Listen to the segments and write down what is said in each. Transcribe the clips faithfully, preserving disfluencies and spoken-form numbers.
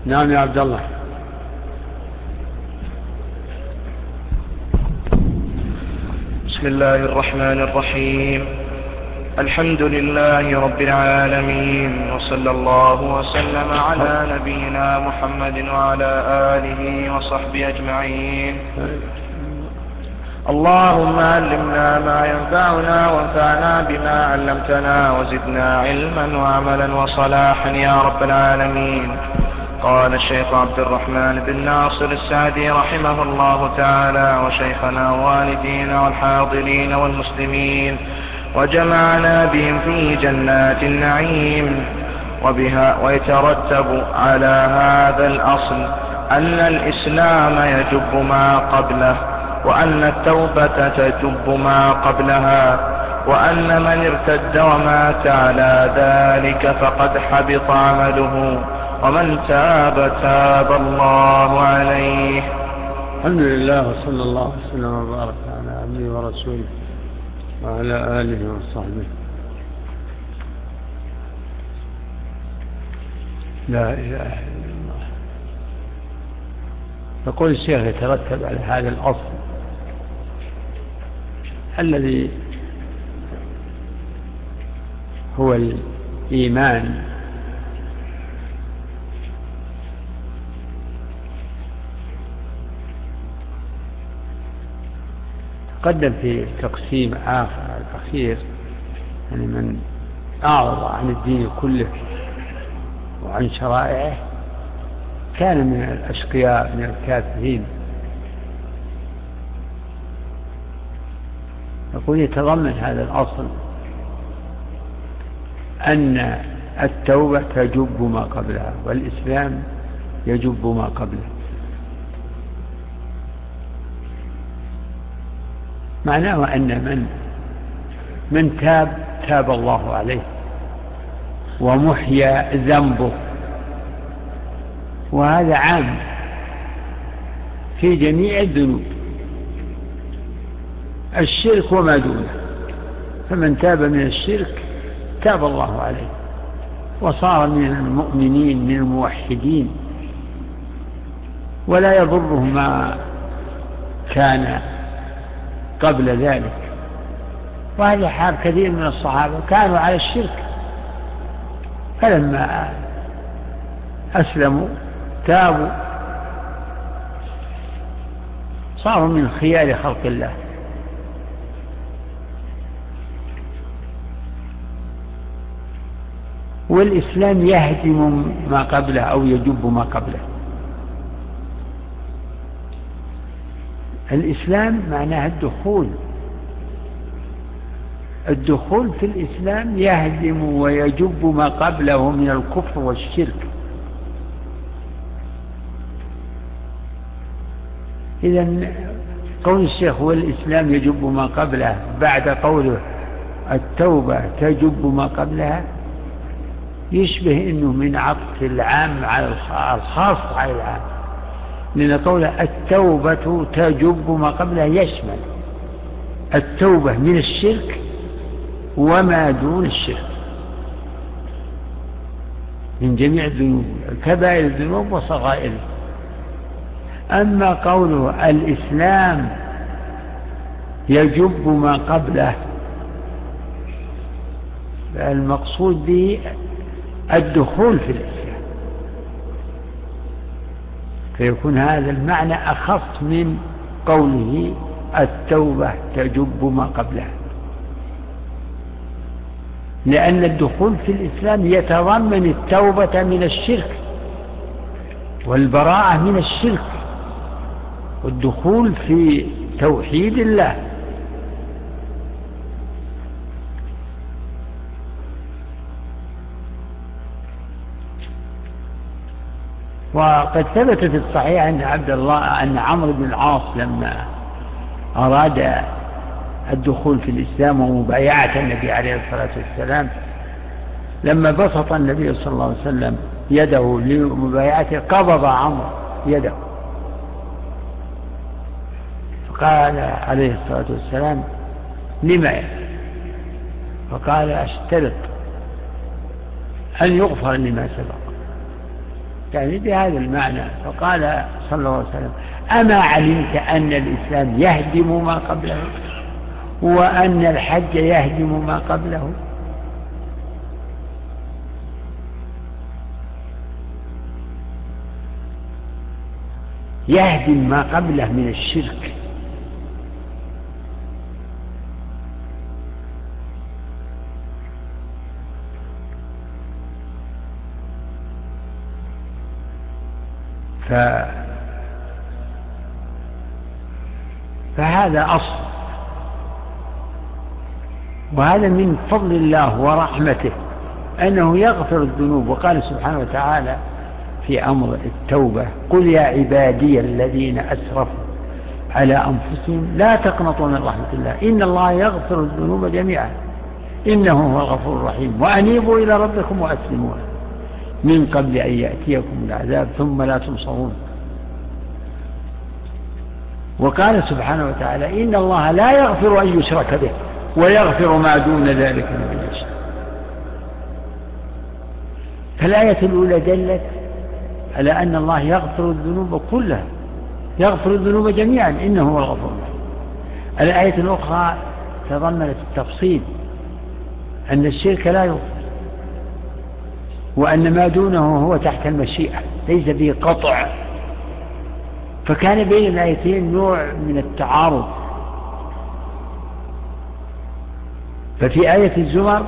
نعم يا عبد الله. بسم الله الرحمن الرحيم. الحمد لله رب العالمين، وصلى الله وسلم على نبينا محمد وعلى آله وصحبه أجمعين. اللهم علمنا ما ينفعنا وانفعنا بما علمتنا وزدنا علما وعملا وصلاحا يا رب العالمين. قال الشيخ عبد الرحمن بن ناصر السعدي رحمه الله تعالى: وشيخنا والدينا والحاضرين والمسلمين وجمعنا بهم في جنات النعيم. وبها ويترتب على هذا الأصل أن الإسلام يجب ما قبله، وأن التوبة تجب ما قبلها، وأن من ارتد ومات على ذلك فقد حبط عمله، ومن تاب تاب الله عليه. الحمد لله، وصلى الله وسلم وبارك على عبده ورسوله وعلى آله وصحبه. لا إله إلا الله. يقول الشيخ: يترتب على هذا الأصل الذي هو الإيمان قدم في تقسيم آخر الأخير، يعني من أعرض عن الدين كله وعن شرائعه كان من الأشقياء من الكافرين. يقول: يتضمن هذا الأصل أن التوبة تجب ما قبلها، والإسلام يجب ما قبله. معناه أن من من تاب تاب الله عليه ومحيا ذنبه، وهذا عام في جميع الذنوب، الشرك وما دونه. فمن تاب من الشرك تاب الله عليه وصار من المؤمنين من الموحدين، ولا يضره ما كان قبل ذلك. وهذا حال كثير من الصحابة، كانوا على الشرك فلما أسلموا تابوا صاروا من خيار خلق الله. والإسلام يهدم ما قبله أو يجب ما قبله. الإسلام معناه الدخول الدخول في الإسلام يهدم ويجب ما قبله من الكفر والشرك. إذن قول الشيخ والإسلام يجب ما قبله بعد قوله التوبة تجب ما قبلها يشبه إنه من عطف العام على الخاص على العام، لأن قوله التوبة تجب ما قبلها يشمل التوبة من الشرك وما دون الشرك من جميع الذنوب، كبائر الذنوب وصغائره. أما قوله الإسلام يجب ما قبله المقصود به الدخول في الإسلام، فيكون هذا المعنى أخص من قوله التوبة تجب ما قبلها، لأن الدخول في الإسلام يتضمن التوبة من الشرك والبراءة من الشرك والدخول في توحيد الله. وقد ثبت في الصحيح أن عبد الله أن عمرو بن العاص لما أراد الدخول في الإسلام ومبايعة النبي عليه الصلاة والسلام، لما بسط النبي صلى الله عليه وسلم يده لمبايعته قبض عمرو يده، فقال عليه الصلاة والسلام لما؟ فقال أشترط أن يغفر لما سبق. يعني بهذا المعنى. فقال صلى الله عليه وسلم: أما علمت أن الإسلام يهدم ما قبله وأن الحج يهدم ما قبله؟ يهدم ما قبله من الشرك. ف... فهذا أصل، وهذا من فضل الله ورحمته أنه يغفر الذنوب. وقال سبحانه وتعالى في أمر التوبة: قل يا عبادي الذين أسرفوا على أنفسهم لا تقنطوا من رحمة الله إن الله يغفر الذنوب جميعا إنه هو الغفور الرحيم وأنيبوا إلى ربكم وأسلموا من قبل أن يأتيكم العذاب ثم لا تنصرون. وقال سبحانه وتعالى: إن الله لا يغفر أن يشرك به ويغفر ما دون ذلك لمن يشاء. فالآية الأولى دلت على أن الله يغفر الذنوب كلها، يغفر الذنوب جميعا إنه هو الغفور. الآية الأخرى تضمنت التفصيل أن الشرك لا يغفر، وأن ما دونه هو تحت المشيئة ليس به قطع. فكان بين الآيتين نوع من التعارض. ففي آية الزمر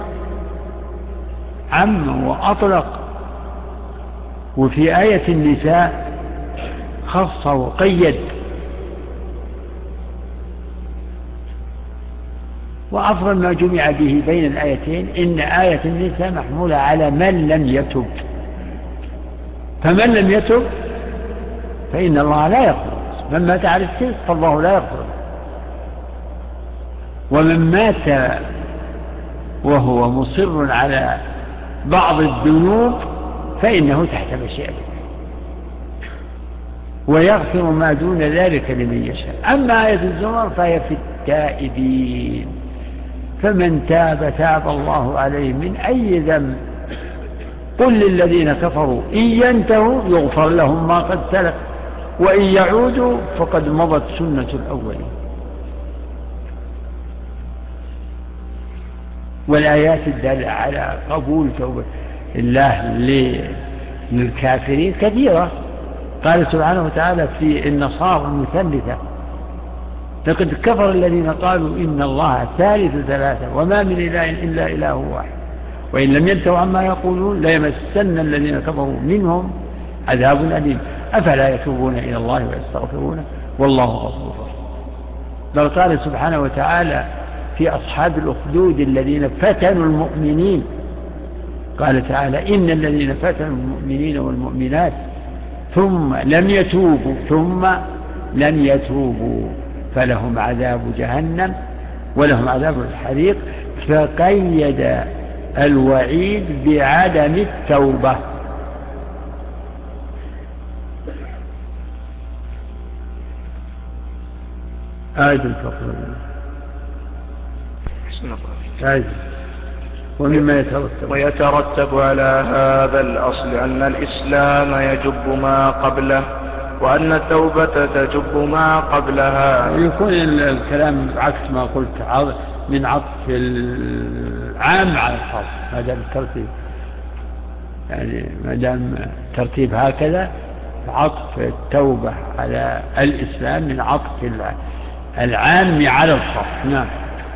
عم وأطلق، وفي آية النساء خص وقيد. وأفضل ما جمع به بين الآيتين إن آية النساء محمولة على من لم يتب، فمن لم يتب فإن الله لا يغفر، من مات على الشرك فالله لا يغفر، ومن مات وهو مصر على بعض الذنوب فإنه تحت مشيئته ويغفر ما دون ذلك لمن يشاء. أما آية الزمر فهي في التائبين، فمن تاب تاب الله عليه من أي ذنب. قل للذين كفروا إن ينتهوا يغفر لهم ما قد سلف وإن يعودوا فقد مضت سنة الأولين. والآيات الدالة على قبول توبة الله للكافرين كثيرة. قال سبحانه وتعالى في النصارى المثلثة: لقد كفر الذين قالوا إن الله ثالث ثلاثة وما من إله إلا إله واحد وإن لم ينتهوا عما يقولون ليمسن الذين كفروا منهم عذاب أليم أفلا يتوبون إلى الله ويستغفرونه والله غفور رحيم. بل قال سبحانه وتعالى في أصحاب الأخدود الذين فتنوا المؤمنين، قال تعالى: إن الذين فتنوا المؤمنين والمؤمنات ثم لم يتوبوا ثم لم يتوبوا فلهم عذاب جهنم ولهم عذاب الحريق. فقيد الوعيد بعدم التوبة. آية الكفر آية. ومما يترتب ويترتب على هذا الأصل أن الإسلام يجب ما قبله وأن التوبة تجب ما قبلها. يكون الكلام عكس ما قلت من عطف العام على الخاص ما دام الترتيب، يعني ما دام ترتيب هكذا عطف التوبة على الإسلام من عطف العام على الخاص. نعم.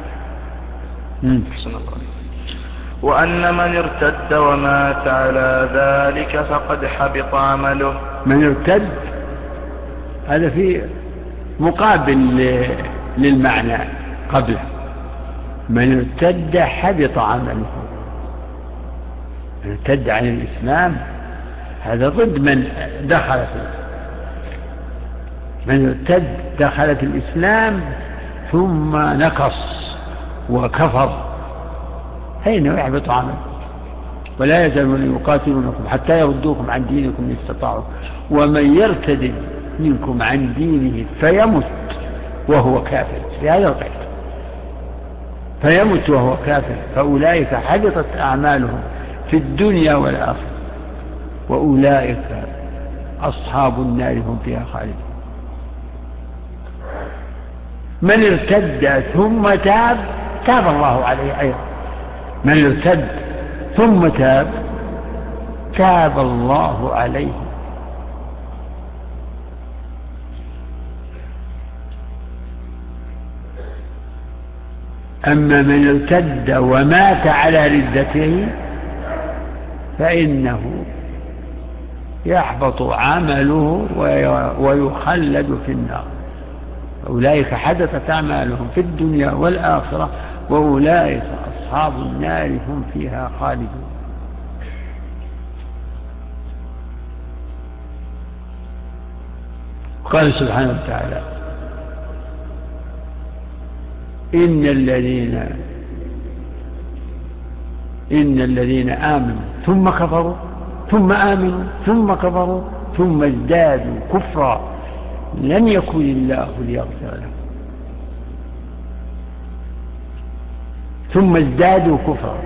وأن من ارتد ومات على ذلك فقد حبط عمله. من ارتد هذا في مقابل للمعنى قبله. من ارتد حبط عمله. من ارتد عن الإسلام هذا ضد من دخل فيه. من ارتد دخل في الإسلام ثم نقص وكفر فإنه يحبط عمله. ولا يزالون يقاتلونكم حتى يردوكم عن دينكم إن استطاعوا ومن يرتد منكم عن دينه فيمت وهو كافر في هذا القيد، فيمت وهو كافر فأولئك حبطت أعمالهم في الدنيا والآخرة وأولئك أصحاب النار هم فيها خالدون. من ارتد ثم تاب تاب الله عليه أيضا. من ارتد ثم تاب تاب الله عليه. أما من ارتد ومات على ردته فإنه يحبط عمله ويخلد في النار. أولئك حدثت أعمالهم في الدنيا والآخرة وأولئك أصحاب النار هم فيها خالدون. قال سبحانه وتعالى إن الذين إن الذين آمنوا ثم كفروا ثم آمنوا ثم كفروا ثم ازدادوا كفرا لم يكن الله ليغفر لهم ثم ازدادوا كفرا،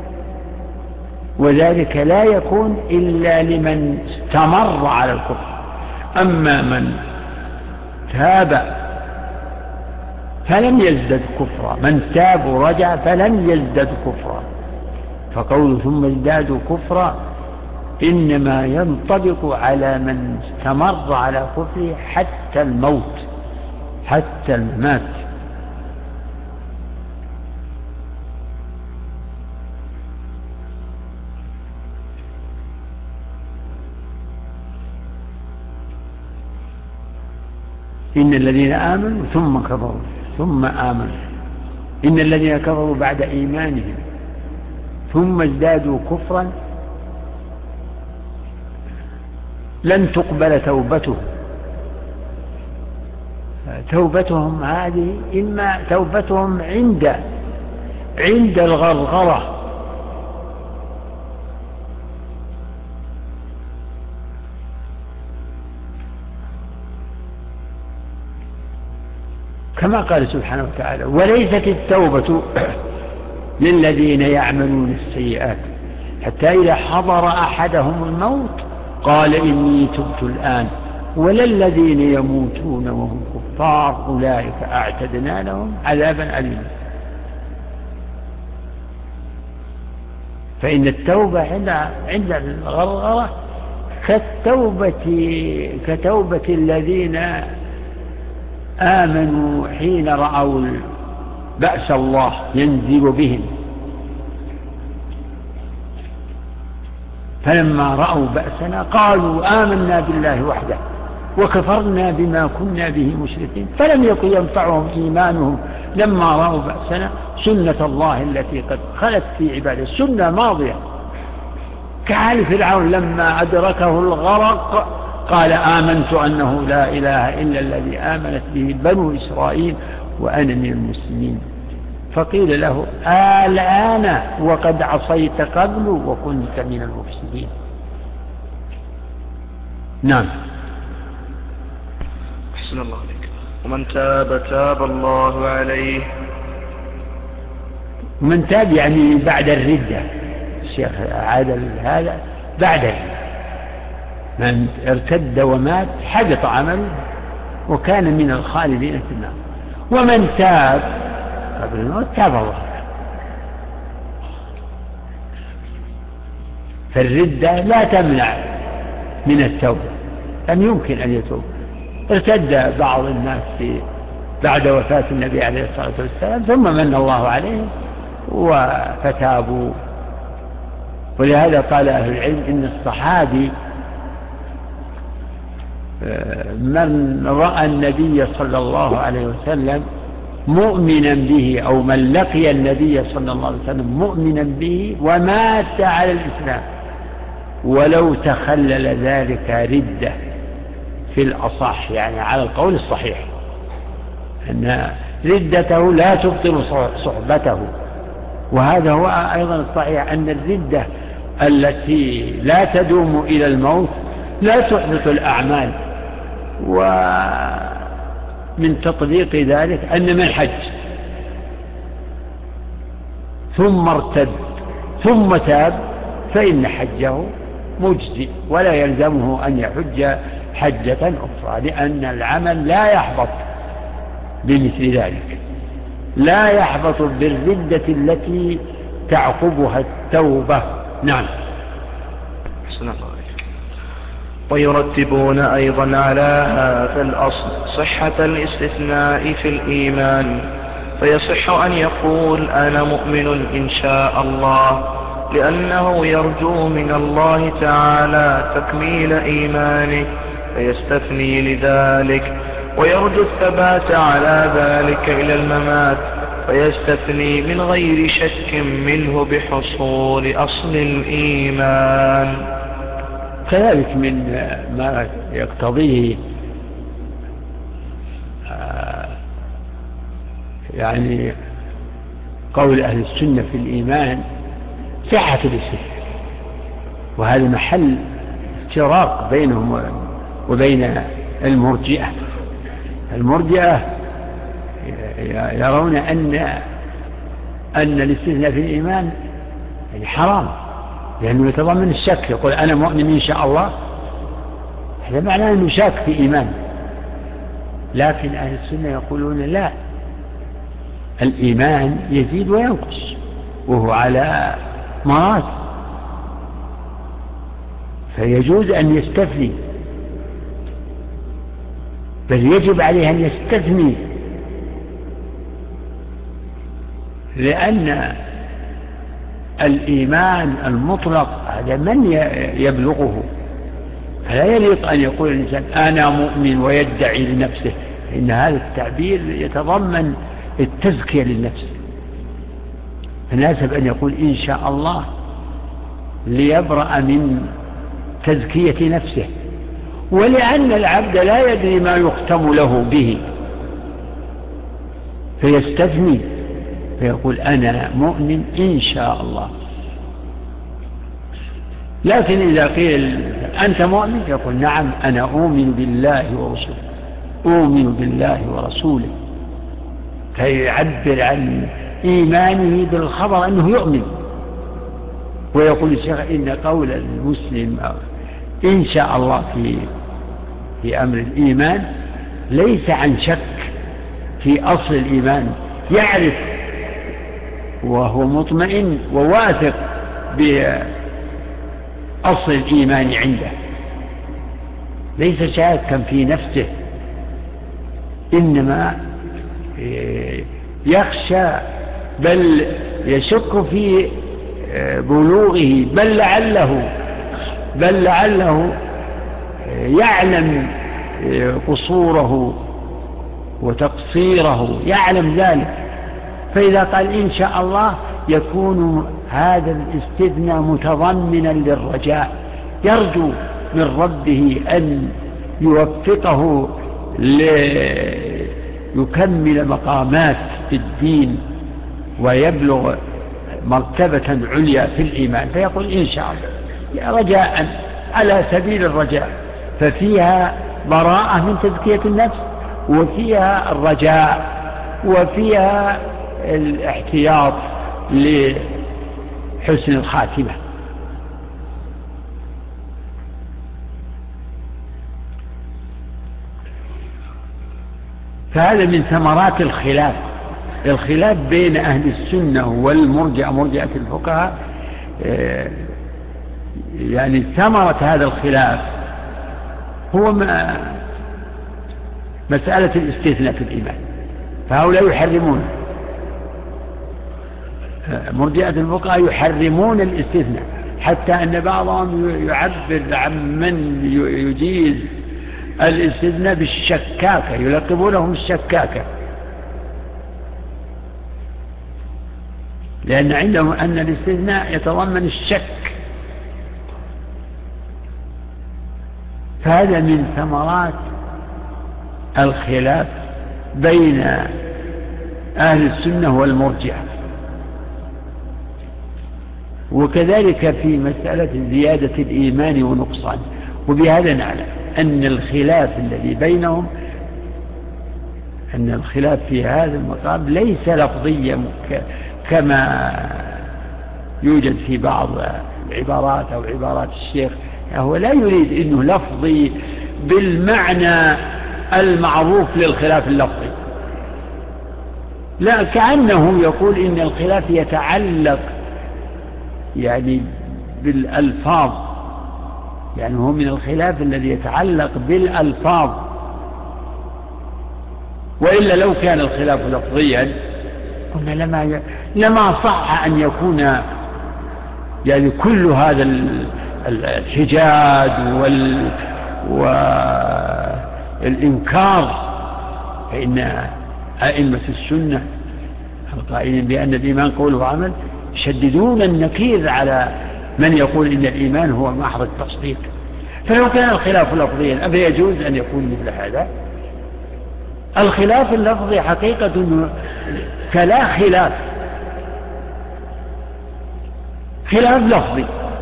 وذلك لا يكون إلا لمن استمر على الكفر. أما من تاب فلم يزدد كفرا، من تاب ورجع فلم يزدد كفرا. فقول ثم ازدادوا كفرا إنما ينطبق على من استمر على كفره حتى الموت، حتى الممات. إن الذين آمنوا ثم كفروا ثم آمنوا إن الذين كفروا بعد إيمانهم ثم ازدادوا كفرا لن تقبل توبتهم. توبتهم هذه إما توبتهم عند عند الغرغرة، كما قال سبحانه وتعالى وليست التوبة للذين يعملون السيئات حتى إذا حضر أحدهم الموت قال إني تبت الآن ولا الذين يموتون وهم كفار أولئك أعتدنا لهم عذابا أليما. فإن التوبة عند الغرغرة كالتوبة كتوبة الذين آمنوا حين رأوا بأس الله ينزل بهم، فلما رأوا بأسنا قالوا آمنا بالله وحده وكفرنا بما كنا به مشركين فلم يكن ينفعهم إيمانهم لما رأوا بأسنا سنة الله التي قد خلت في عباده، سنة ماضية. كحال فرعون لما أدركه الغرق قال آمنت أنه لا إله إلا الذي آمنت به بنو إسرائيل وأنا من المسلمين. فقيل له الآن وقد عصيت قبل وكنت من المفسدين. نعم. أحسن الله عليك. ومن تاب تاب الله عليه. من تاب يعني بعد الردة، الشيخ عادل هذا بعد الردة. من ارتد ومات حبط عمله وكان من الخالدين في النار. ومن تاب قبل الموت تاب الله. فالردة لا تمنع من التوبة، لم يمكن أن يتوب. ارتد بعض الناس في بعد وفاة النبي عليه الصلاة والسلام ثم من الله عليهم فتابوا. ولهذا قال أهل العلم إن الصحابي من رأى النبي صلى الله عليه وسلم مؤمنا به أو من لقي النبي صلى الله عليه وسلم مؤمنا به ومات على الإسلام ولو تخلل ذلك ردة في الأصح، يعني على القول الصحيح أن ردته لا تبطل صحبته. وهذا هو أيضا الصحيح أن الردة التي لا تدوم إلى الموت لا تحبط الأعمال. ومن تطبيق ذلك أن من حج ثم ارتد ثم تاب فإن حجه مجزي ولا يلزمه أن يحج حجة أخرى، لأن العمل لا يحبط بمثل ذلك، لا يحبط بالردة التي تعقبها التوبة. نعم. ويرتبون أيضا على هذا الأصل صحة الاستثناء في الإيمان، فيصح أن يقول أنا مؤمن إن شاء الله، لأنه يرجو من الله تعالى تكميل إيمانه فيستثني لذلك، ويرجو الثبات على ذلك إلى الممات فيستثني من غير شك منه بحصول أصل الإيمان. كذلك من ما يقتضيه يعني قول أهل السنة في الإيمان صحة الاستثناء، وهذا محل افتراق بينهم وبين المرجئة. المرجئة يرون أن أن الاستثناء في الإيمان يعني حرام، لأنه يتضمن الشك. يقول أنا مؤمن إن شاء الله، هذا معناه أنه شاك في إيمان. لكن أهل السنة يقولون لا، الإيمان يزيد وينقص وهو على مراتب، فيجوز أن يستثني، بل يجب عليه أن يستثني، لأن الإيمان المطلق هذا من يبلغه، فلا يليق أن يقول الإنسان أنا مؤمن ويدعي لنفسه، إن هذا التعبير يتضمن التزكية للنفس. فناسب أن يقول إن شاء الله ليبرأ من تزكية نفسه، ولأن العبد لا يدري ما يختم له به فيستثني فيقول أنا مؤمن إن شاء الله. لكن إذا قيل أنت مؤمن يقول نعم أنا أؤمن بالله ورسوله، أؤمن بالله ورسوله، فيعبر عن إيمانه بالخبر أنه يؤمن. ويقول الشيخ إن قول المسلم إن شاء الله في في أمر الإيمان ليس عن شك في أصل الإيمان، يعرف وهو مطمئن وواثق بأصل الإيمان عنده، ليس شاكا في نفسه، إنما يخشى بل يشك في بلوغه، بل لعله بل لعله يعلم قصوره وتقصيره، يعلم ذلك. فإذا قال إن شاء الله يكون هذا الاستثناء متضمنا للرجاء، يرجو من ربه أن يوفقه ليكمل مقامات في الدين ويبلغ مرتبة عليا في الإيمان، فيقول إن شاء الله رجاء على سبيل الرجاء، ففيها براءة من تزكية النفس، وفيها الرجاء، وفيها الاحتياط لحسن الخاتمة. فهذا من ثمرات الخلاف الخلاف بين أهل السنة والمرجئة مرجئة الفقهاء. يعني ثمرة هذا الخلاف هو ما مسألة الاستثناء في الإيمان، فهؤلاء يحرمون، مرجئة الفقهاء يحرمون الاستثناء، حتى أن بعضهم يعبر عن من يجيز الاستثناء بالشكاكة، يلقبونهم الشكاكة، لأن عندهم أن الاستثناء يتضمن الشك. فهذا من ثمرات الخلاف بين أهل السنة والمرجئة. وكذلك في مسألة زيادة الإيمان ونقصان. وبهذا نعلم أن الخلاف الذي بينهم أن الخلاف في هذا المقام ليس لفظيا كما يوجد في بعض العبارات أو عبارات الشيخ هو لا يريد أنه لفظي بالمعنى المعروف للخلاف اللفظي، لا، كأنه يقول إن الخلاف يتعلق يعني بالألفاظ، يعني هو من الخلاف الذي يتعلق بالألفاظ، وإلا لو كان الخلاف لفظيا قلنا لما لما صح أن يكون يعني كل هذا الحجاج وال والإنكار. فإن أئمة السنة القائلين بأن الإيمان قول وعمل يشددون النكير على من يقول إن الإيمان هو محض التصديق. فلو كان الخلاف لفظيا أفلا يجوز أن يكون مثل هذا؟ الخلاف اللفظي حقيقة كلا خلاف، خلاف لفظي،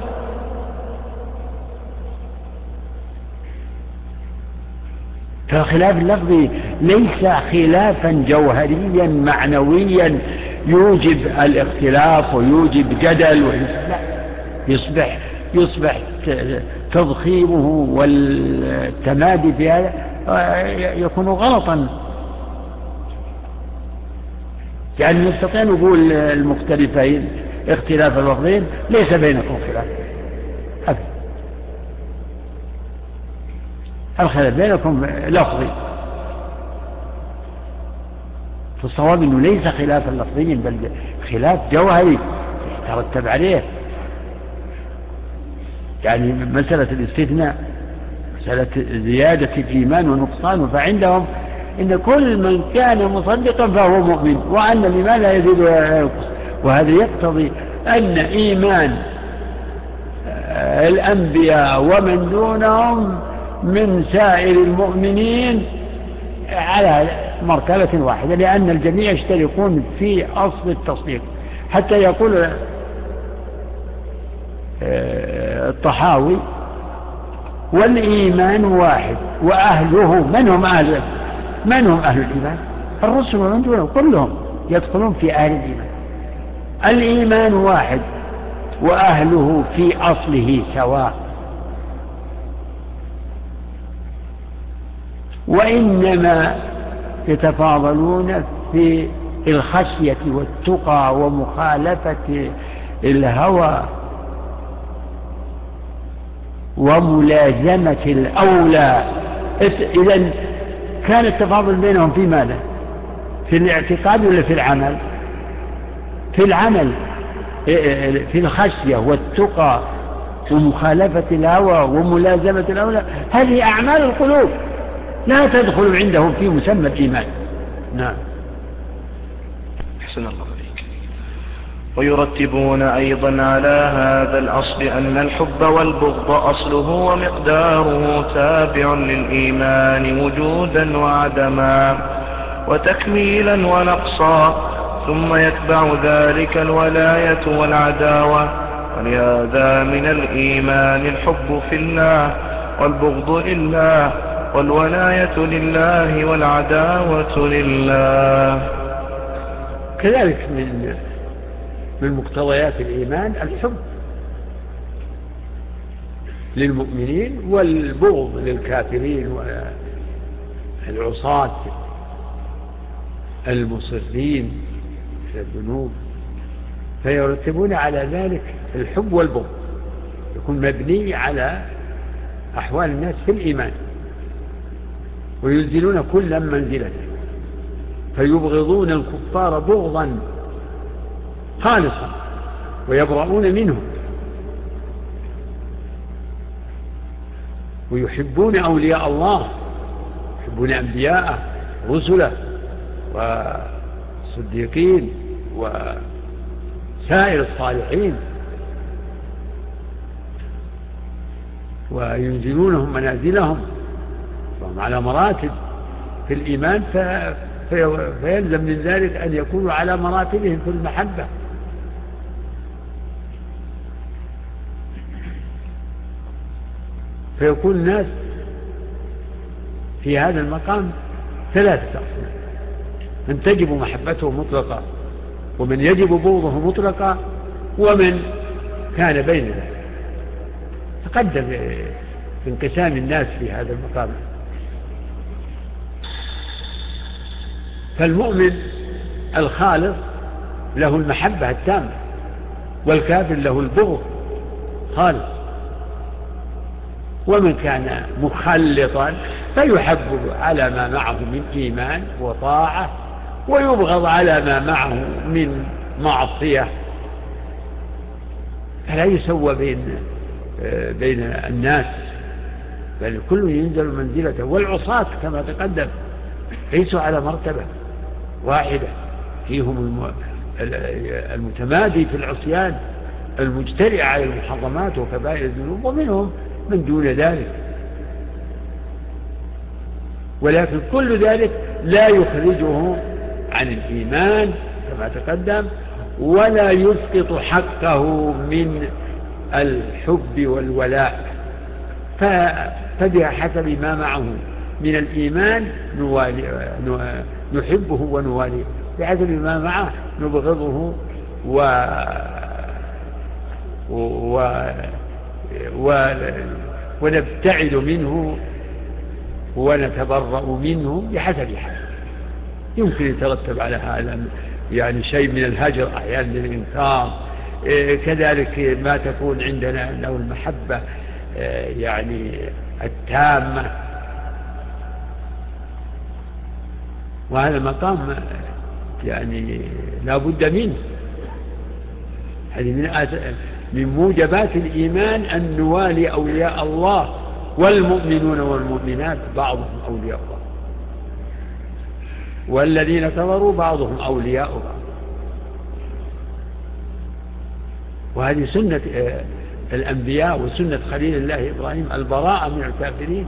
فالخلاف اللفظي ليس خلافا جوهريا معنويا يوجب الاختلاف ويوجب جدل، لا، يصبح يصبح تضخيمه والتمادي في هذا يكون غلطا. يعني نستطيع نقول المختلفين اختلاف اللفظين ليس بينكم خلاف أبدا، الخلاف بينكم لفظي، فالصواب انه ليس خلافا لفظيا بل خلاف جوهري يترتب عليه. يعني مسألة الاستثناء مسألة زيادة الإيمان ونقصانه، فعندهم إن كل من كان مصدقا فهو مؤمن، وأن الإيمان لا يزيد ولا ينقص، وهذا يقتضي أن إيمان الأنبياء ومن دونهم من سائر المؤمنين على مرتبة واحدة، لأن الجميع يشتركون في أصل التصديق. حتى يقول الطحاوي والإيمان واحد وأهله، من هم أهل من هم أهل الإيمان؟ الرسل ومن دونهم كلهم يدخلون في أهل الإيمان. الإيمان واحد وأهله في أصله سواء، وإنما يتفاضلون في الخشية والتقى ومخالفة الهوى وملازمة الأولى. إذن كان التفاضل بينهم في ماذا؟ في الاعتقاد ولا في العمل؟ في العمل، في الخشية والتقى ومخالفة الهوى وملازمة الأولى. هذه أعمال القلوب لا تدخل عندهم في مسمى الإيمان. نعم. أحسن الله عليك. ويرتبون أيضا على هذا الأصل أن الحب والبغض أصله ومقداره تابع للإيمان وجودا وعدما وتكميلا ونقصا، ثم يتبع ذلك الولاية والعداوة. ولهذا من الإيمان الحب في الله والبغض لله والولاية لله والعداوة لله. كذلك من من مقتضيات الإيمان الحب للمؤمنين والبغض للكافرين والعصاة المصرين في الذنوب، فيرتبون على ذلك الحب والبغض، يكون مبني على أحوال الناس في الإيمان، وينزلون كل منزلته، فيبغضون الكفار بغضا خالصا ويبرؤون منهم، ويحبون أولياء الله، يحبون أنبياءه رسله والصديقين وسائر الصالحين، وينزلونهم منازلهم وهم على مراتب في الإيمان، فيلزم من ذلك أن يكونوا على مراتبهم في المحبة. فيكون الناس في هذا المقام ثلاثة أقسام: من تجب محبته مطلقة، ومن يجب بغضه مطلقة، ومن كان بين ذلك. تقدم في انقسام الناس في هذا المقام. فالمؤمن الخالص له المحبة التامة، والكافر له البغض خالص. ومن كان مخلطا فيحب على ما معه من إيمان وطاعة، ويبغض على ما معه من معصية، فلا يسوى بين بين الناس، بل كل ينزل منزلته. والعصاة كما تقدم ليسوا على مرتبة واحدة، فيهم المتمادي في العصيان المجترئ على المحرمات وكبائر الذنوب، ومنهم من دون ذلك. ولكن كل ذلك لا يخرجه عن الإيمان كما تقدم، ولا يسقط حقه من الحب والولاء. فبحسب ما معه من الإيمان نحبه ونواليه، بحسب ما معه نبغضه و و و ونبتعد منه ونتبرأ منه بحسب حاله. يمكن يترتب على هذا يعني شيء من الهجر أحيانا، من الإنكار. كذلك ما تكون عندنا له المحبة يعني التامة، وهذا مقام يعني لا بد منه. هذه من من موجبات الإيمان أن نوالي أولياء الله، والمؤمنون والمؤمنات بعضهم أولياء بعض، والذين كفروا بعضهم أولياء بعض. وهذه سنة الأنبياء وسنة خليل الله إبراهيم، البراءة من الكافرين.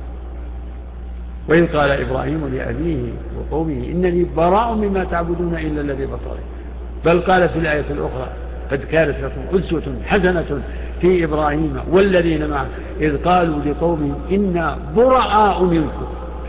وإذ قال إبراهيم لأبيه وقومه إنني براء مما تعبدون إلا الذي فطرني. بل قال في الآية الأخرى قد كانت لكم أسوة حسنة في إبراهيم والذين معه إذ قالوا لقومهم إنا براء منكم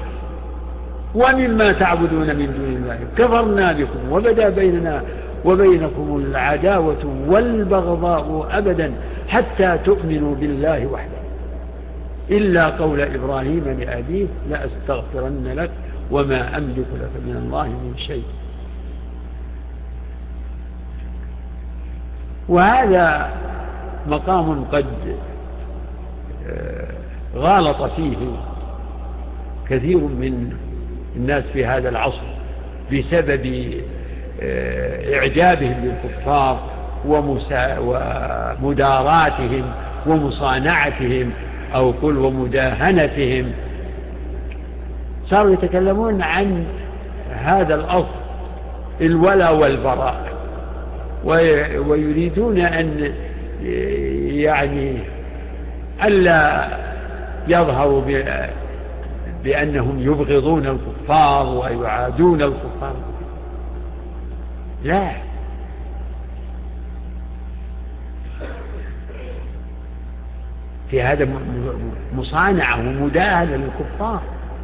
ومما تعبدون من دون الله كفرنا بكم وبدا بيننا وبينكم العداوة والبغضاء أبدا حتى تؤمنوا بالله وحده إلا قول إبراهيم لأبيه لأستغفرن لك وما أملك لك من الله من شيء. وهذا مقام قد غالط فيه كثير من الناس في هذا العصر بسبب إعجابهم للكفار ومداراتهم ومصانعتهم أو قل ومداهنتهم. صاروا يتكلمون عن هذا الأصل الولا والبراء، ويريدون أن يعني ألا يظهروا بأنهم يبغضون الكفار ويعادون الكفار. لا، في هذا مصانعة ومداهنة للكفار.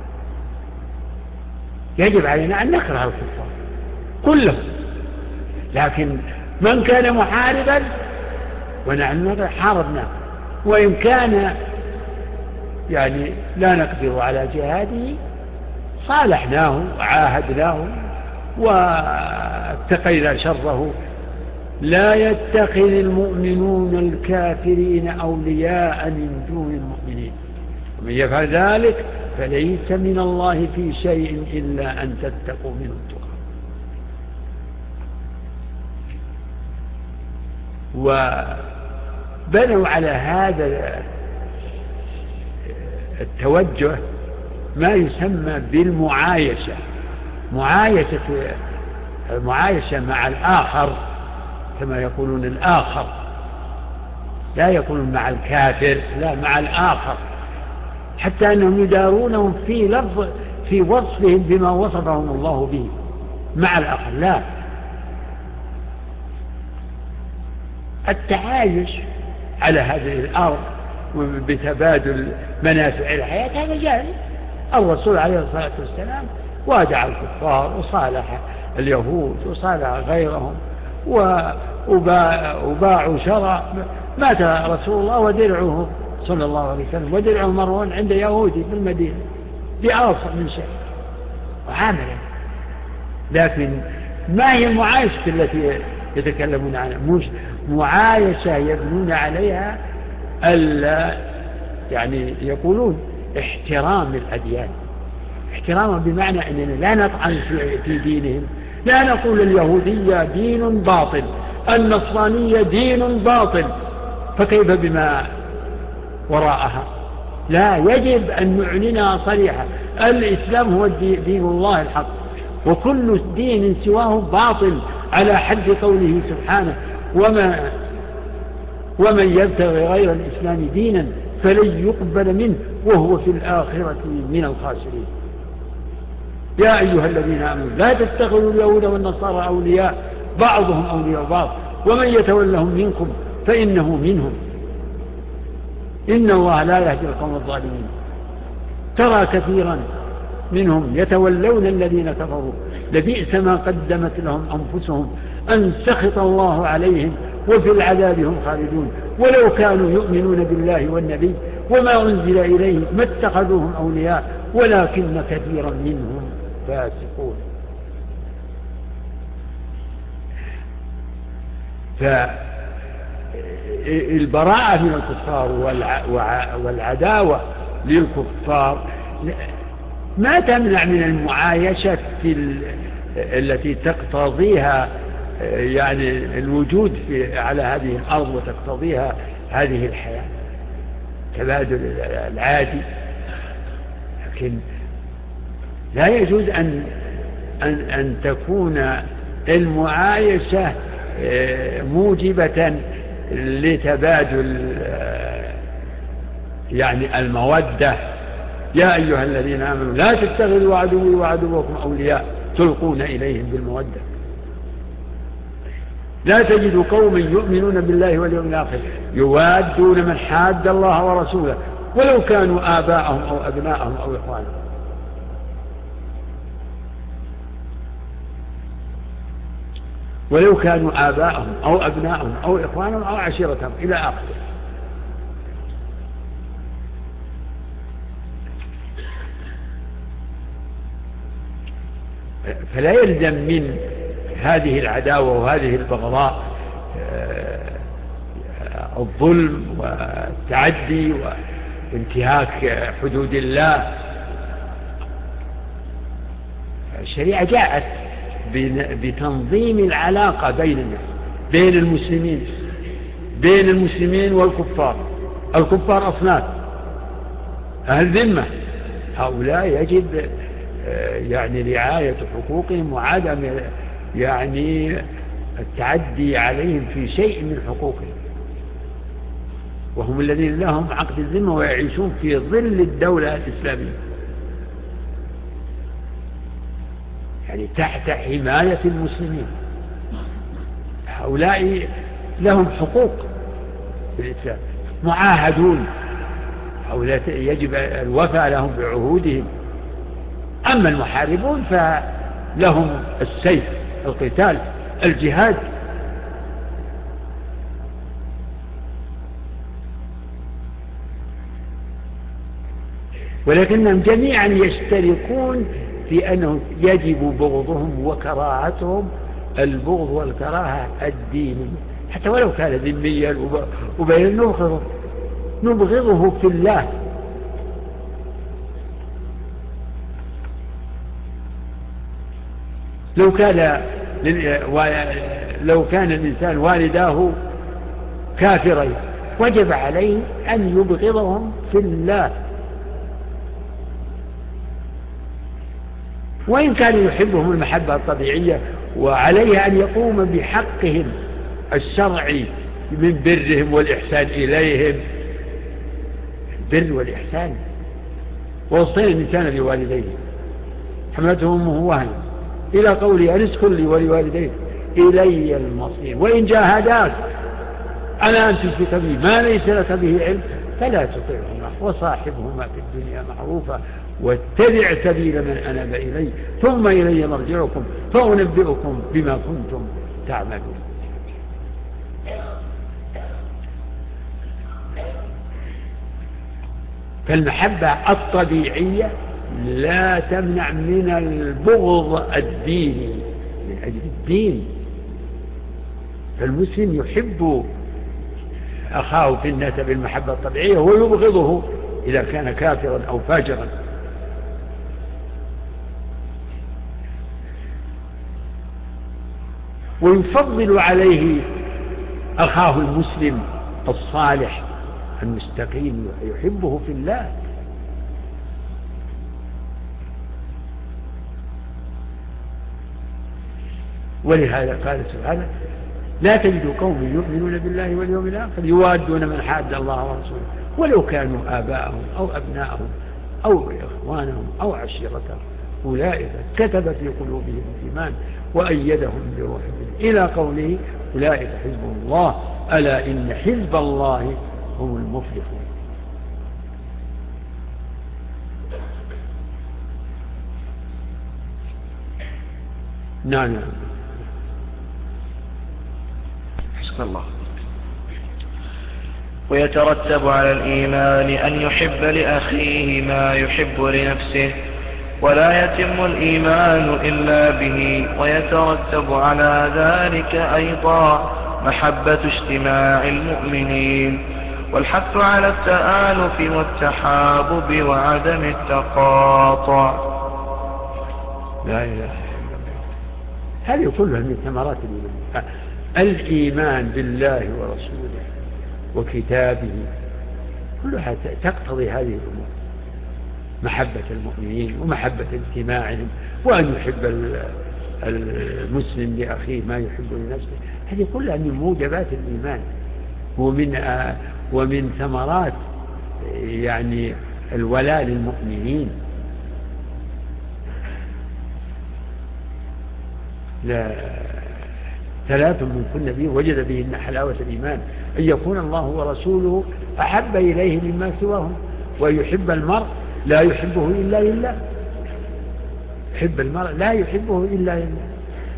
يجب علينا أن نكره الكفار كلهم، لكن من كان محاربا ونحن حاربناه، وإن كان يعني لا نقدر على جهاده صالحناه وعاهدناه واتقينا شره. لا يتخذ المؤمنون الكافرين أولياء من دون المؤمنين ومن يفعل ذلك فليس من الله في شيء إلا أن تتقوا منه التقى. وبنوا على هذا التوجه ما يسمى بالمعايشة، معايشة المعايشة مع الآخر كما يقولون الآخر، لا يقولون مع الكافر، لا مع الآخر، حتى أنهم يدارونهم في لفظ في وصفهم بما وصفهم الله به مع الآخر. لا، التعايش على هذه الأرض بتبادل منافع الحياة هذا جائز. الرسول عليه الصلاة والسلام وادع الكفار وصالح اليهود وصالح غيرهم وباعوا شرع. مات رسول الله ودرعه صلى الله عليه وسلم ودرع مروان عند يهودي في المدينة بأوصى من شيء وعاملا، لكن ما هي المعايشة التي يتكلمون عنها؟ مش معايشة يبنون عليها ألا يعني يقولون احترام الأديان، احتراما بمعنى أننا لا نطعن في دينهم، لا نقول اليهودية دين باطل، النصرانية دين باطل، فكيف بما وراءها؟ لا، يجب أن نعلنها صريحة، الإسلام هو دين الله الحق، وكل دين سواه باطل على حد قوله سبحانه وما ومن يبتغي غير الإسلام دينا فلن يقبل منه وهو في الآخرة من الخاسرين. يا أيها الذين آمنوا لا تتخذوا اليهود والنصارى أولياء بعضهم أولياء بعض ومن يتولهم منكم فإنه منهم إن الله لا يهدي القوم الظالمين. ترى كثيرا منهم يتولون الذين كفروا لبئس ما قدمت لهم أنفسهم أن سخط الله عليهم وفي العذاب هم خالدون ولو كانوا يؤمنون بالله والنبي وما أنزل إليه ما اتخذوهم أولياء ولكن كثيرا منهم فاسقون. فالبراءة من الكفار والعداوة للكفار ما تمنع من المعايشة التي تقتضيها يعني الوجود في على هذه الأرض وتقتضيها هذه الحياة تبادل العادي، لكن لا يجوز أن أن أن تكون المعايشة موجبة لتبادل يعني المودة. يا أيها الذين آمنوا لا تتخذوا عدوي وعدوكم أولياء تلقون إليهم بالمودة. لا تجد قوم يؤمنون بالله واليوم الآخر يوادون من حاد الله ورسوله ولو كانوا آباءهم أو أبناءهم أو إخوانهم. ولو كانوا آباءهم أو أبناءهم أو إخوانهم أو عشيرتهم إلى آخره. فلا يلزم من هذه العداوة وهذه البغضاء الظلم والتعدي وانتهاك حدود الله. الشريعة جاءت بتنظيم العلاقة بين الناس، بين المسلمين بين المسلمين والكفار. الكفار أصناف، أهل ذمة، هؤلاء يجب يعني رعاية حقوقهم وعدم يعني التعدي عليهم في شيء من حقوقهم، وهم الذين لهم عقد الذمة ويعيشون في ظل الدولة الإسلامية، يعني تحت حماية المسلمين. هؤلاء لهم حقوق في الإسلام، معاهدون، هؤلاء يجب الوفاء لهم بعهودهم. أما المحاربون فلهم السيف، القتال، الجهاد. ولكنهم جميعا يشتركون في أنه يجب بغضهم وكراهتهم، البغض والكراهة الديني، حتى ولو كان ذميا وبين نبغضه نبغضه في الله. لو كان لو كان الإنسان والداه كافرين وجب عليه أن يبغضهم في الله، وإن كان يحبهم المحبة الطبيعية، وعليه أن يقوم بحقهم الشرعي من برهم والإحسان إليهم. البر والإحسان، ووصينا الإنسان لوالديه حملته أمه وهنا إلى قوله أن اسكن لي ولوالديك إلي المصير وإن جاهداك على أن تشرك بي ما ليس لك به علم فلا تطعهما وصاحبهما في الدنيا معروفا واتبع سبيل من أناب إلي ثم إلي مرجعكم فأنبئكم بما كنتم تعملون. فالمحبة الطبيعية لا تمنع من البغض الديني من أجل الدين. فالمسلم يحب أخاه في الناس بالمحبة الطبيعية ويبغضه إذا كان كافرا أو فاجرا. ويفضل عليه أخاه المسلم الصالح المستقيم يحبه في الله. ولهذا قال سبحانه لا تجد قوم يؤمنون بالله واليوم الآخر يوادون من حاد الله ورسوله ولو كانوا آباءهم أو أبناءهم أو إخوانهم أو عشيرتهم أولئك كتب في قلوبهم الإيمان وأيدهم بروح منه إلى قوله أولئك حزب الله ألا إن حزب الله هم المفلحون. نعم نعم. حسن الله. ويترتب على الإيمان أن يحب لأخيه ما يحب لنفسه ولا يتم الإيمان إلا به. ويترتب على ذلك أيضا محبة اجتماع المؤمنين والحث على التآلف والتحابب وعدم التقاطع. لا إله إلا الله. هذه كلها من ثمرات الإيمان. الإيمان بالله ورسوله وكتابه كلها تقتضي هذه الأمور، محبة المؤمنين ومحبة اجتماعهم وأن يحب المسلم لأخيه ما يحب لنفسه. هذه كلها من موجبات الإيمان ومن ومن ثمرات يعني الولاء للمؤمنين. لا ثلاث من كل نبي وجد بهن حلاوة الإيمان أن يكون الله ورسوله أحب إليه مما سواهم ويحب المرء لا يحبه إلا لله. يحب المرء لا يحبه إلا لله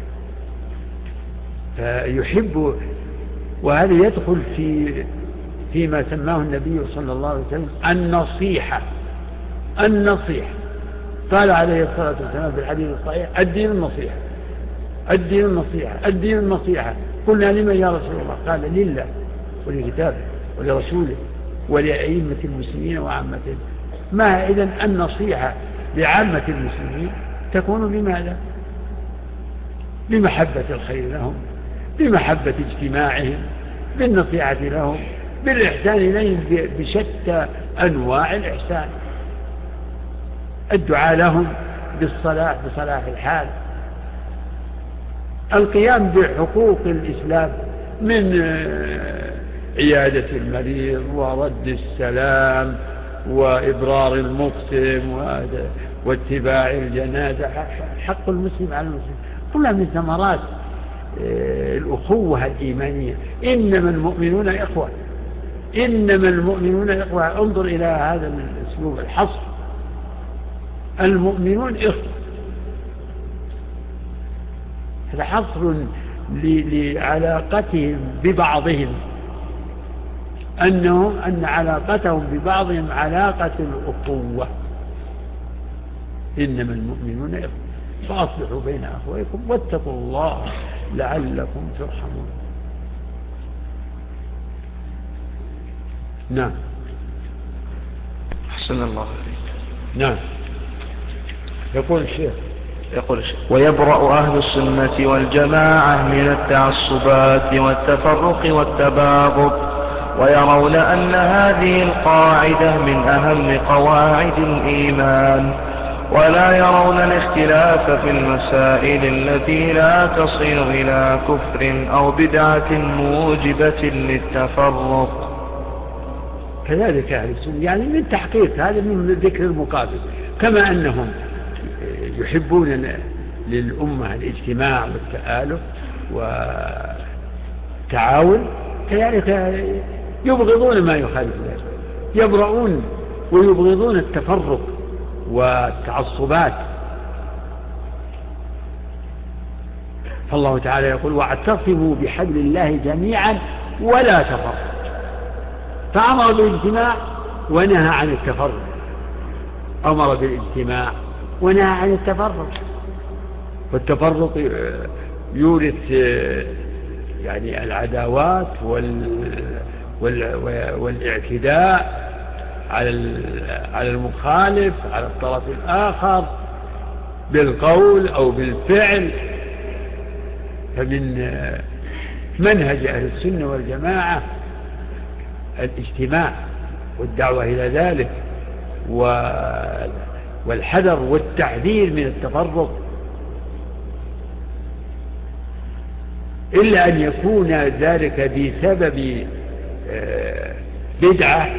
فيحب. وهذا يدخل في فيما سماه النبي صلى الله عليه وسلم النصيحة. النصيحة قال عليه الصلاة والسلام في الحديث الصحيح الدين النصيحة الدين النصيحة الدين النصيحة. قلنا لمن يا رسول الله؟ قال لله ولكتابه ولرسوله ولأئمة المسلمين وعامتهم. ما إذن النصيحة لعامة المسلمين تكون بماذا؟ بمحبة الخير لهم، بمحبة اجتماعهم، بالنصيحة لهم، بالإحسان إليهم بشتى أنواع الإحسان، الدعاء لهم بالصلاح بصلاح الحال، القيام بحقوق الإسلام من عيادة المريض ورد السلام وإبرار المقسم واتباع الجنازة، حق المسلم على المسلم. كلها من ثمرات الأخوة الإيمانية. إنما المؤمنون إخوة إنما المؤمنون إخوة. انظر إلى هذا الأسلوب الحصر، المؤمنون إخوة. هذا حصر لعلاقتهم ببعضهم، أنه أن علاقتهم ببعضهم علاقة الأخوة. إنما المؤمنون إخوة فأصلحوا بين أخويكم واتقوا الله لعلكم ترحمون. نعم. أحسن الله عليك. نعم. يقول الشيخ يقول الشيخ ويبرأ أهل السنة والجماعة من التعصبات والتفرق والتباغض، ويرون أن هذه القاعدة من أهم قواعد الإيمان، ولا يرون الاختلاف في المسائل التي لا تصل إلى كفر أو بدعة موجبة للتفرق. كذلك أهل السنة يعني من تحقيق هذا من ذكر المقابل، كما أنهم يحبون للأمة الاجتماع والتآلف والتعاون، كذلك يبغضون ما يخالف ذلك، يبرؤون ويبغضون التفرق والتعصبات. فالله تعالى يقول واعتصموا بحبل الله جميعا ولا تفرقوا، فأمر بالاجتماع ونهى عن التفرق، أمر بالاجتماع ونهى عن التفرق. والتفرق يورث يعني العداوات وال وال والاعتداء على على المخالف، على الطرف الآخر، بالقول أو بالفعل. فمن منهج أهل السنة والجماعة الاجتماع والدعوة إلى ذلك، والحذر والتحذير من التفرق، إلا أن يكون ذلك بسبب بدعة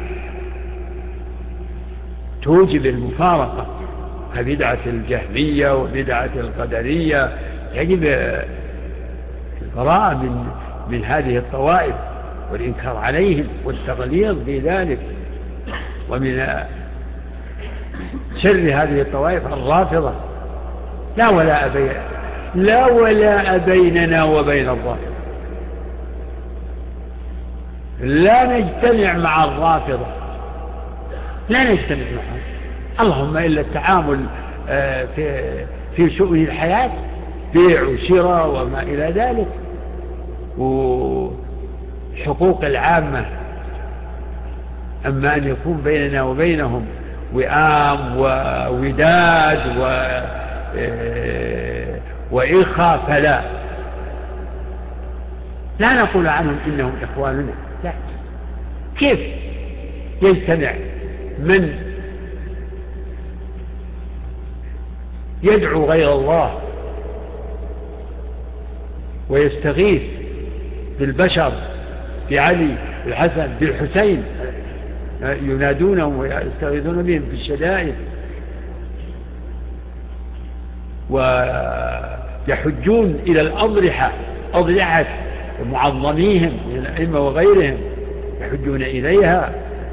توجب المفارقة، كبدعة الجهمية وبدعة القدرية. يجب البراءة من من هذه الطوائف والإنكار عليهم والتغليظ في ذلك. ومن شر هذه الطوائف الرافضة، لا ولاء بين لا ولاء بيننا وبين الرافضة، لا نجتمع مع الرافضة، لا نجتمع معهم، اللهم إلا التعامل في في شؤون الحياة، بيع وشراء وما إلى ذلك، وحقوق العامة. أما أن يكون بيننا وبينهم وئام ووداد و وإخاء فلا، لا نقول عنهم إنهم إخواننا، لا. كيف يجتمع من يدعو غير الله ويستغيث بالبشر، بعلي، بالحسن، بالحسين، ينادونهم ويستغيثون بهم في الشدائد، ويحجون إلى الأضرحة، أضرحة معظميهم من الأئمة وغيرهم، يحجون إليها،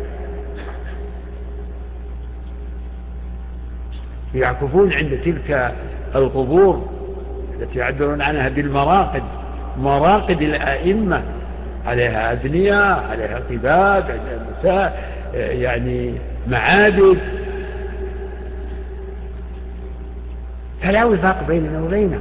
يعكفون عند تلك القبور التي يعبرون عنها بالمراقد، مراقد الأئمة، عليها أدنية، عليها قباب، عليها مساء، يعني معابد. فلا وفاق بيننا وبينه.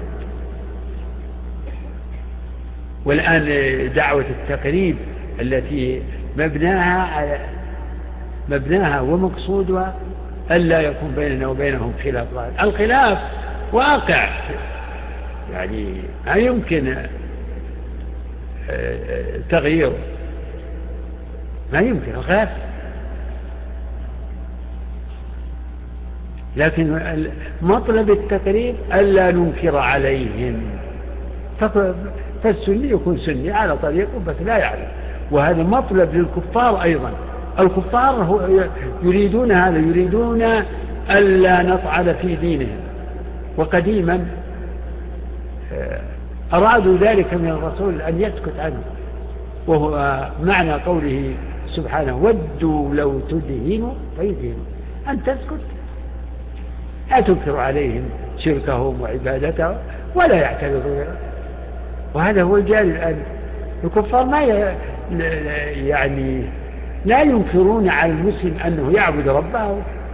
والآن دعوة التقريب التي مبناها على مبناها ومقصودها ألا يكون بيننا وبينهم خلاف ظاهر. الخلاف واقع، يعني ما يمكن تغييره، ما يمكن الخلاف، لكن مطلب التقريب ألا ننكر عليهم. فالسني يكون سني على طريقه بس لا يعلم، وهذا مطلب للكفار أيضا. الكفار يريدون هذا، يريدون ألا نطعن في دينهم، وقديما أرادوا ذلك من الرسول أن يسكت عنه، وهو معنى قوله سبحانه: ودوا لو تدهنوا فيدهنوا، أن تسكت، لا تنكر عليهم شركهم وعبادتهم ولا يعترضون. وهذا هو الجاري الآن. الكفار ما يعني لا ينكرون على المسلم أنه يعبد ربه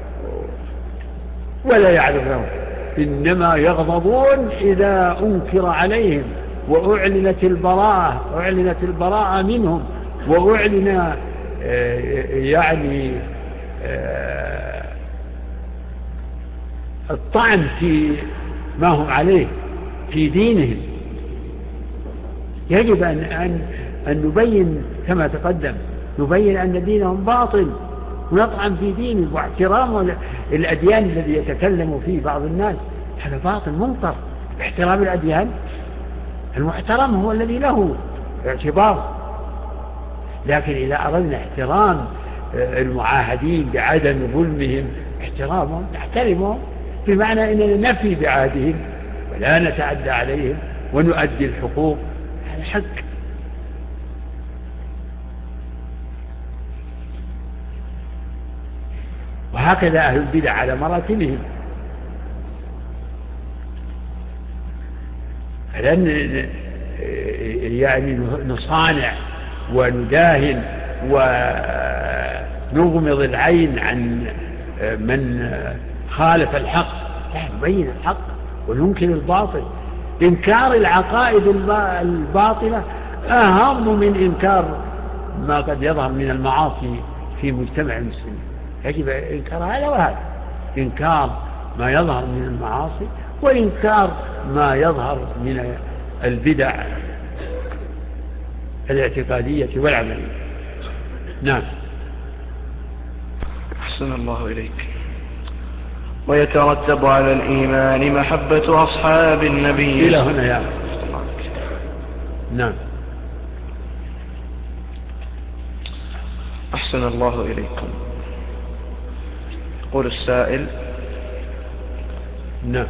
ولا يعرف له، إنما يغضبون إذا أنكر عليهم وأعلنت البراءة أعلنت البراءة منهم، وأعلن يعني الطعن في ما هم عليه في دينهم. يجب أن, أن, أن نبين كما تقدم، نبين أن دينهم باطل، ونطعن في دينهم، واحترام الأديان الذي يتكلم فيه بعض الناس هذا باطل منكر. احترام الأديان، المحترم هو الذي له اعتبار، لكن إذا أردنا احترام المعاهدين بعدم ظلمهم، احترامهم نحترمهم بمعنى أننا نفي بعهدهم ولا نتعدى عليهم ونؤدي الحقوق، هذا حق. وهكذا أهل البدع على مراتبهم، فلن يعني نصانع ونداهن نغمض العين عن من خالف الحق، لا، نبين الحق وننكر الباطل. إنكار العقائد الباطلة أهم من إنكار ما قد يظهر من المعاصي في مجتمع المسلمين. يجب إنكار هذا وهذا، إنكار ما يظهر من المعاصي وإنكار ما يظهر من البدع الاعتقادية والعملية. نعم. أحسن الله إليك. ويترتب على الإيمان محبة أصحاب النبي إلى هنا يا نعم. أحسن الله إليكم. يقول السائل: نعم.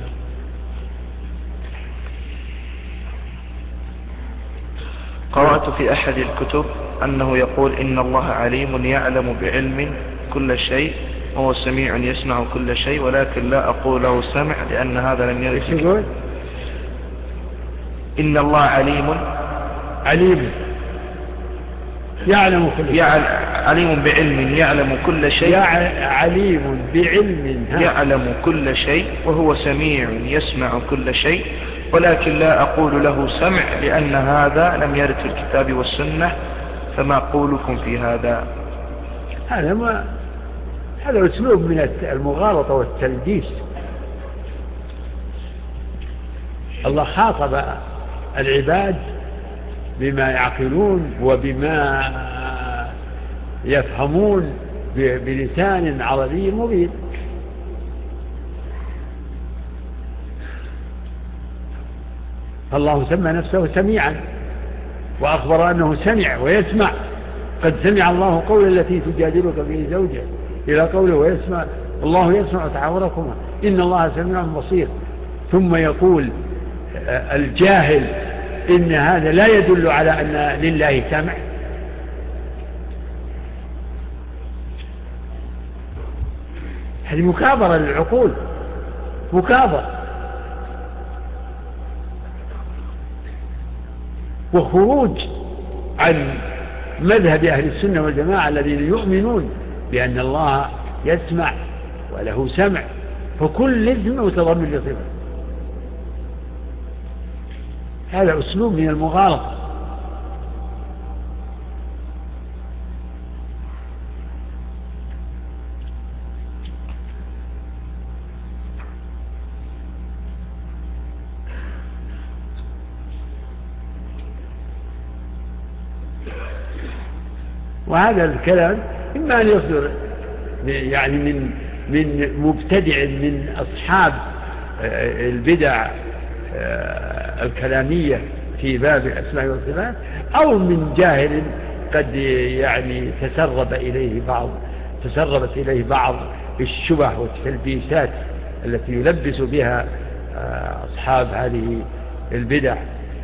قرأت في أحد الكتب أنه يقول إن الله عليم يعلم بعلم كل شيء وهو سميع يسمع كل شيء، ولكن لا أقول له سمع لأن هذا لم يرد. يقول إن الله عليم عليم يعلم كل شيء، عليم بعلم يعلم كل شيء، عليم بعلم يعلم كل شيء وهو سميع يسمع كل شيء، ولكن لا أقول له سمع لأن هذا لم يرد في الكتاب والسنة، فما قولكم في هذا؟ هذا ما هذا أسلوب من المغالطة والتلبيس. الله خاطب العباد بما يعقلون وبما يفهمون بلسان عربي مبين. الله سمى نفسه سميعا وأخبر أنه سمع ويسمع. قد سمع الله قول التي تجادلك في زوجها إلى قوله ويسمع الله يسمع تحاوركما إن الله سميع بصير. ثم يقول الجاهل إن هذا لا يدل على أن لله سمع. هذه مكابرة للعقول، مكابرة وخروج عن مذهب أهل السنة والجماعة الذين يؤمنون بأن الله يسمع وله سمع، فكل اسم متضمن لصفة. هذا أسلوب من المغالطة. وهذا الكلام إما أن يصدر يعني من من مبتدع من أصحاب البدع الكلامية في باب الأسماء والصفات، أو من جاهل قد يعني تسرب إليه بعض تسربت إليه بعض الشبه والتلبيسات التي يلبس بها أصحاب هذه البدع.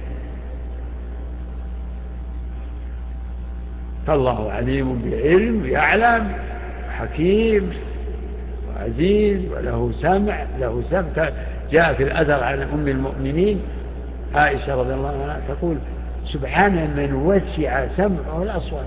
فالله عليم بعلم يعلم حكيم وعزيز وله سمع له سمع. جاء في الأثر عن أم المؤمنين عائشة رضي الله عنها تقول سبحان من وسع سمعه الأصوات.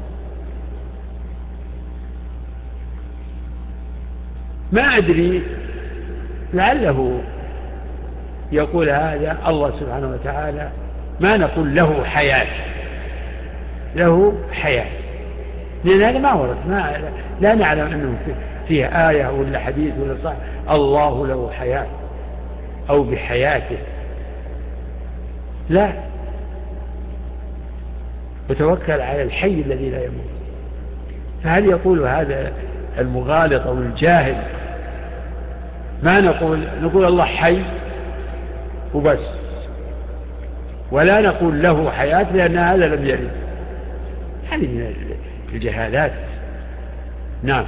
ما أدري لعله يقول هذا الله سبحانه وتعالى ما نقول له حياة، له حياة، لأن هذا ما ورد، ما لا نعلم أنه فيه آية ولا حديث ولا صح الله له حياة أو بحياته، لا، وتوكل على الحي الذي لا يموت. فهل يقول هذا المغالط أو الجاهل ما نقول نقول الله حي وبس، ولا نقول له حياة لأن هذا لم يرد. هذه من الجهالات. نعم.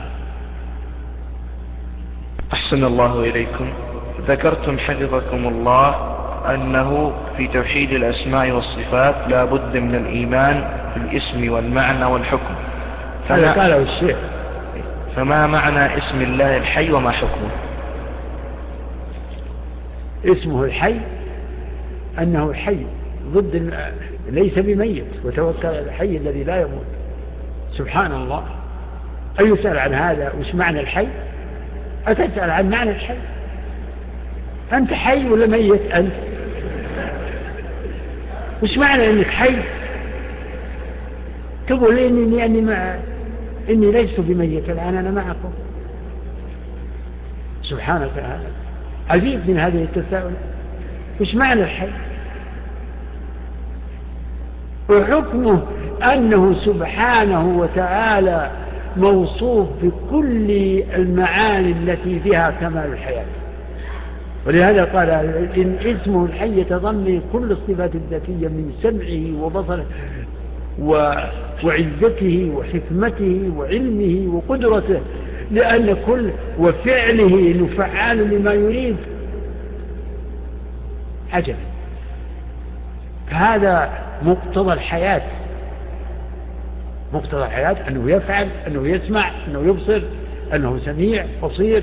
أحسن الله إليكم. ذكرتم حفظكم الله أنه في توحيد الأسماء والصفات لا بد من الإيمان بالاسم والمعنى والحكم. هذا قاله الشيخ. فما معنى اسم الله الحي وما حكمه؟ اسمه الحي أنه حي ضد ليس بميت، وتوكل على الحي الذي لا يموت. سبحان الله، أن يسأل عن هذا وش معنى الحي؟ أتسأل عن معنى الحي؟ أنت حي ولا ميت أنت؟ وش معنى أنك حي؟ تقول إني, إني, ما إني ليس بميت الآن أنا معكم. سبحانك هذا عجيب من هذه التساؤل. وش معنى الحي؟ وحكمه أنه سبحانه وتعالى موصوف بكل المعاني التي فيها كمال الحياة، ولهذا قال إن اسمه الحي يتضمن كل الصفات الذاتية من سمعه وبصره وعزته وحكمته وعلمه وقدرته، لأن كل وفعله إنه فعال لما يريد. عجب. هذا مقتضى الحياة، مقتضى الحياة أنه يفعل، أنه يسمع، أنه يبصر، أنه سميع بصير.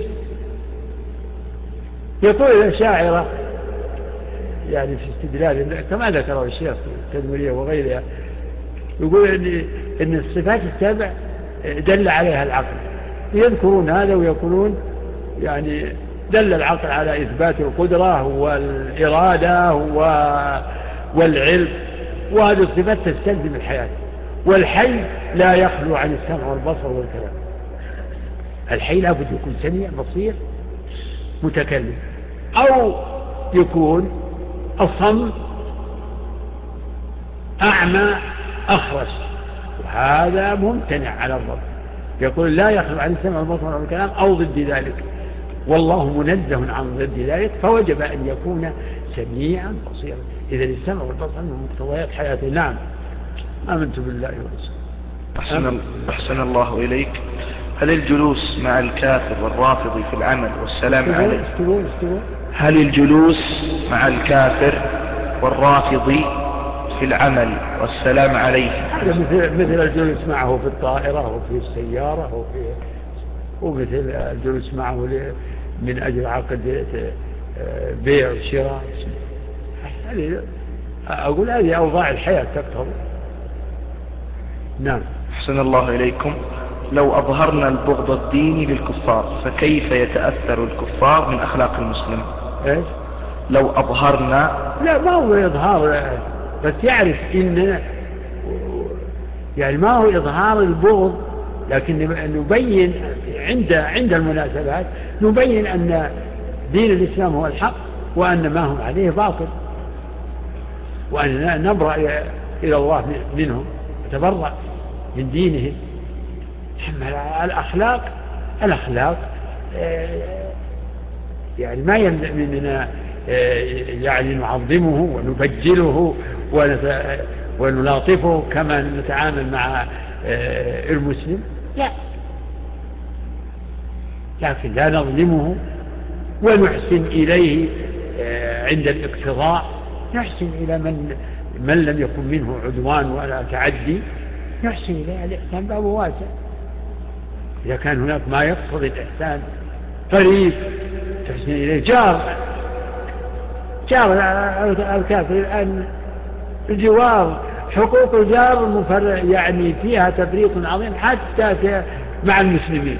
يقول الأشاعرة يعني في استدلال كما ذكره الشيخ التدمرية وغيرها، يقول إن, إن الصفات السبع دل عليها العقل، يذكرون هذا ويقولون يعني دل العقل على إثبات القدرة والإرادة والعلم، وهذه الصفات تستلزم الحياة. والحي لا يخلو عن السمع والبصر والكلام. الحي لا بد يكون سميع بصير متكلم، أو يكون أصم أعمى أخرس، وهذا ممتنع على الرب. يقول لا يخلو عن السمع والبصر والكلام أو ضد ذلك، والله منزه عن ضد ذلك، فوجب أن يكون سميعا بصيرا. إذا السمع والبصر من مقتضيات حياته. نعم. آمنت بالله ورسوله. أحسن, أحسن الله إليك. هل الجلوس مع الكافر والرافض في العمل والسلام عليه استوى استوى. هل الجلوس مع الكافر والرافض في العمل والسلام عليه هذا مثل, مثل الجلوس معه في الطائرة وفي السيارة وفي ومثل الجلوس معه من أجل عقد بيع وشراء. أقول هذه أوضاع الحياة تقتضي. نعم. أحسن الله إليكم. لو أظهرنا البغض الديني للكفار فكيف يتأثر الكفار من أخلاق المسلم؟ إيش؟ لو أظهرنا. لا ما هو إظهار، بس يعرف إن يعني ما هو إظهار البغض، لكن نبين عند عند المناسبات نبين أن دين الإسلام هو الحق، وأن ما هم عليه باطل، وأن نبرأ إلى الله منهم، نتبرأ من دينهم. الأخلاق الأخلاق يعني ما يمنع مننا يعني نعظمه ونبجله ونلاطفه كما نتعامل مع المسلم، لا، لكن لا نظلمه ونحسن إليه عند الاقتضاء، نحسن إلى من من لم يكن منه عدوان ولا تعدي، نحسن إليه. الإحسان باب واسع. إذا كان هناك ما يقتضي الإحسان قريب تحسن إليه. جار جار الكافر الآن الجوار، حقوق الجار مفرع يعني فيها تفريط عظيم حتى مع المسلمين،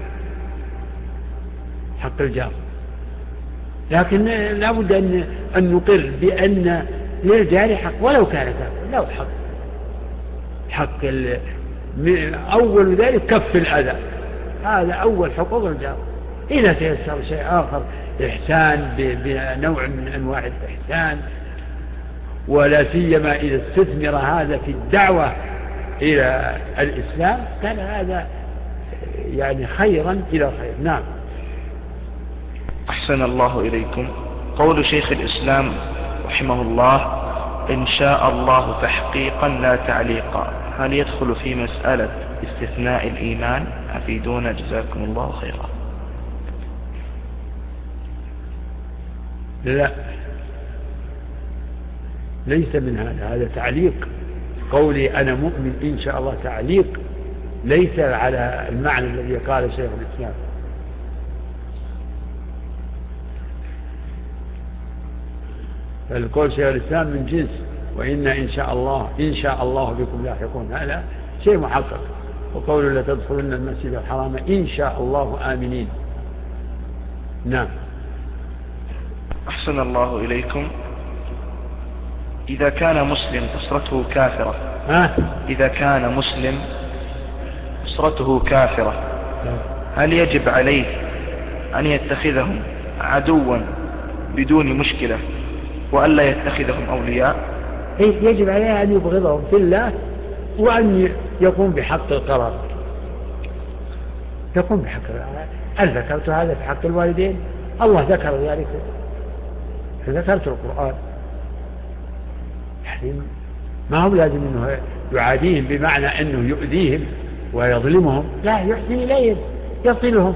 حق الجار. لكن لا بد أن, أن نقر بأن للجار حق ولو كان كافر، له حق. حق أول ذلك كف الأذى، هذا أول حقوق الجار. إذا تيسر شيء آخر إحسان بنوع من أنواع الإحسان، ولا سيما إذا استثمر هذا في الدعوة إلى الإسلام كان هذا يعني خيرا إلى خير. نعم. أحسن الله إليكم. قول شيخ الإسلام رحمه الله إن شاء الله تحقيقا لا تعليقا، هل يدخل في مسألة استثناء الإيمان؟ أفيدونا جزاكم الله خيرا. لا، ليس من هذا، هذا تعليق. قولي أنا مؤمن إن شاء الله تعليق، ليس على المعنى الذي قال شيخ الإسلام. فالقول شيخ الإسلام من جنس وإن إن شاء الله إن شاء الله بكم لاحقون، هذا شيء محقق. وقول لا تدخلن المسجد الحرام إن شاء الله آمنين. نعم. أحسن الله إليكم. إذا كان مسلم أسرته كافرة ها؟ إذا كان مسلم أسرته كافرة هل يجب عليه أن يتخذهم عدوا بدون مشكلة وألا يتخذهم أولياء؟ يجب عليه أن يبغضهم في الله وأن يقوم بحق القرار، يقوم بحق القرار. هل ذكرت هذا في حق الوالدين؟ الله ذكر ذلك، ذكرت القرآن. يعني ما هو لازم أنه يعاديهم بمعنى أنه يؤذيهم ويظلمهم، لا، يحسن إليهم، يصلهم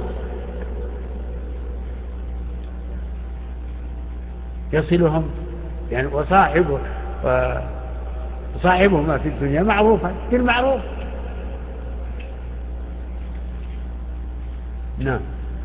يصلهم يعني وصاحبه وصاحبهما في الدنيا معروفا بالمعروف. نعم.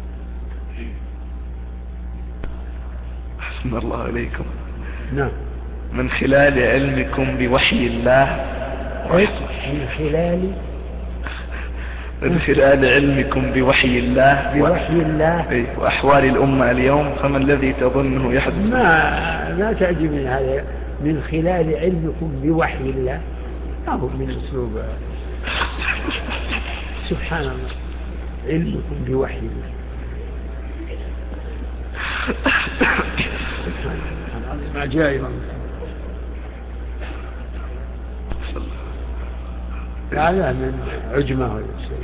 أحسن الله عليكم. نعم. من خلال علمكم بوحي الله من خلال من خلال علمكم بوحي الله بوحي الله وأحوال الأمة اليوم، فما الذي تظنه يحدث؟ ما ما تعجبني هذا. من خلال علمكم بوحي الله، ما هو من أسلوب سبحان الله. علمكم بوحي الله سبحان الله عجائب. هذا من عجمة ولا شيء.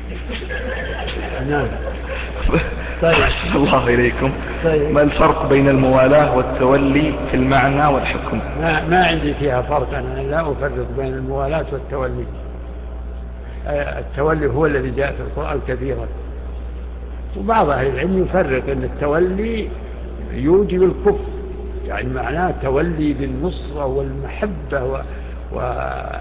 نعم. طيب. أحسن الله إليكم. طيب. ما الفرق بين الموالاة والتولي في المعنى والحكم؟ ما, ما عندي فيها فرق، أنا لا أفرق بين الموالاة والتولي. التولي هو الذي جاء في القرآن كثيرا، وبعض أهل العلم يفرق أن التولي يوجب الكفر، يعني معناه تولي بالنصرة والمحبة و, و...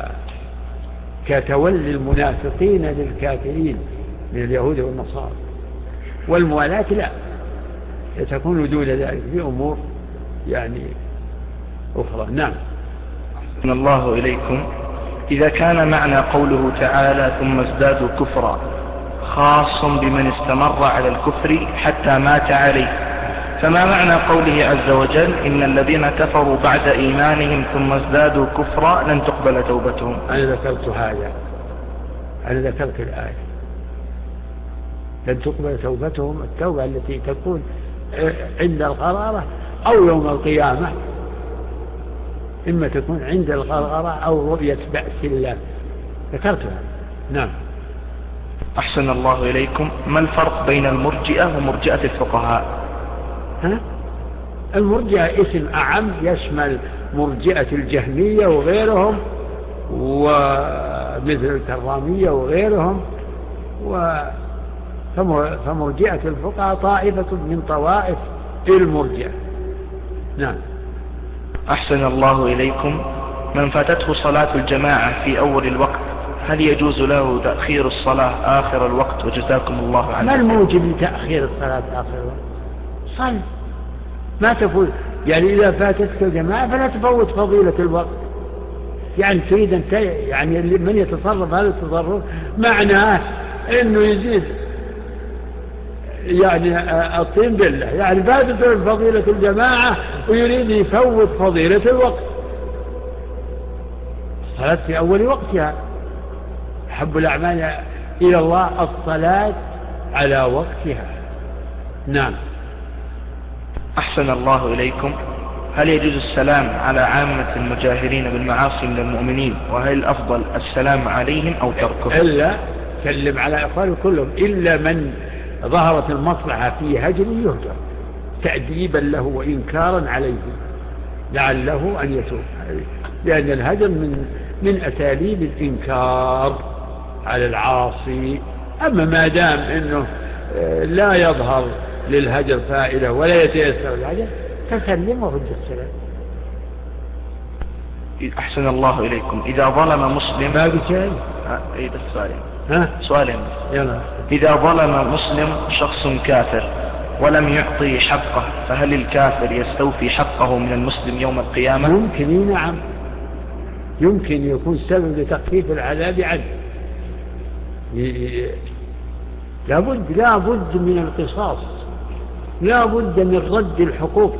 كتولي المنافقين للكافرين من اليهود والنصارى. والموالاة لا، تكون دون ذلك في أمور يعني أخرى. نعم. أحسن الله إليكم. إذا كان معنى قوله تعالى ثم ازدادوا كفرا خاص بمن استمر على الكفر حتى مات عليه، فما معنى قوله عز وجل إن الذين كفروا بعد إيمانهم ثم ازدادوا كفرا لن تقبل توبتهم؟ أنا ذكرت هذا، أنا ذكرت الآية لن تقبل توبتهم، التوبة التي تكون عند القرارة أو يوم القيامة، إما تكون عند القرارة أو رؤية بأس الله، ذكرتها. نعم. أحسن الله إليكم. ما الفرق بين المرجئة ومرجئة الفقهاء؟ ها؟ المرجئة اسم أعم يشمل مرجئة الجهمية وغيرهم ومثل الكرامية وغيرهم، فمرجئة الفقهاء طائفة من طوائف المرجئة. نعم. أحسن الله إليكم. من فاتته صلاة الجماعة في أول الوقت هل يجوز له تأخير الصلاة آخر الوقت؟ وجزاكم الله عنه. ما الموجب لتأخير الصلاة آخر الوقت؟ صل ما تفوت، يعني إذا فاتتك الجماعة فلا تفوت فضيلة الوقت. يعني تريد أن يعني من يتصرف هذا التصرف معناه إنه يزيد يعني الطين بالله، يعني فاتت فضيلة الجماعة ويريد يفوت فضيلة الوقت. الصلاة في أول وقتها، أحب الأعمال إلى الله الصلاة على وقتها. نعم. أحسن الله إليكم. هل يجوز السلام على عامة المجاهرين بالمعاصي من المؤمنين؟ وهل الأفضل السلام عليهم أو تركه؟ إلا سلم على إخوانه كلهم، إلا من ظهرت المصلحة في هجر يهجر تأديبا له وإنكارا عليه لعله أن يتوب، لأن الهجر من من أساليب الإنكار على العاصي. أما ما دام أنه لا يظهر للهجر فائدة ولا يتيسر الهجر فسلم ورد السلام. أحسن الله إليكم. إذا ظلم مسلم ما بشيء أي بس سؤالين ها سؤالين يلا. إذا ظلم مسلم شخص كافر ولم يعطي حقه فهل الكافر يستوفي حقه من المسلم يوم القيامة؟ ممكن. نعم، يمكن يكون سبب لتخفيف العذاب عنه، لابد لابد من القصاص، لابد من رد الحقوق،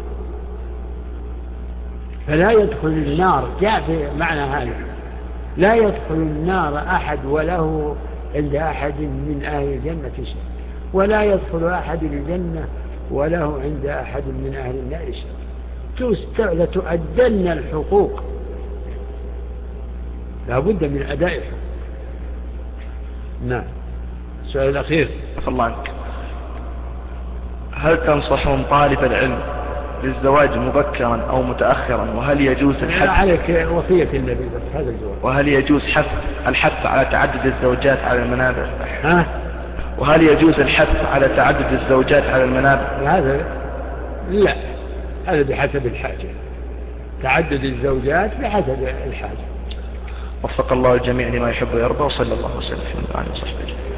فلا يدخل النار. جاء في معنى هذا لا يدخل النار أحد وله عند أحد من أهل الجنة شيء، ولا يدخل أحد الجنة وله عند أحد من أهل النار شيء. لتؤدن الحقوق، لا بد من أداء الحقوق. نعم. السؤال الأخير. عفى الله عنك، هل تنصحون طالب العلم للزواج مبكرا أو متأخرا؟ وهل يجوز الحث عليك وصية النبي بس هذا الجواب. وهل يجوز حث الحث على تعدد الزوجات على المنابر؟ ها؟ وهل يجوز الحث على تعدد الزوجات على المنابر؟ هذا لا، هذا بحسب الحاجة، تعدد الزوجات بحسب الحاجة. وفق الله الجميع لما يحب ويرضى، وصلى الله وسلم على وصحبه.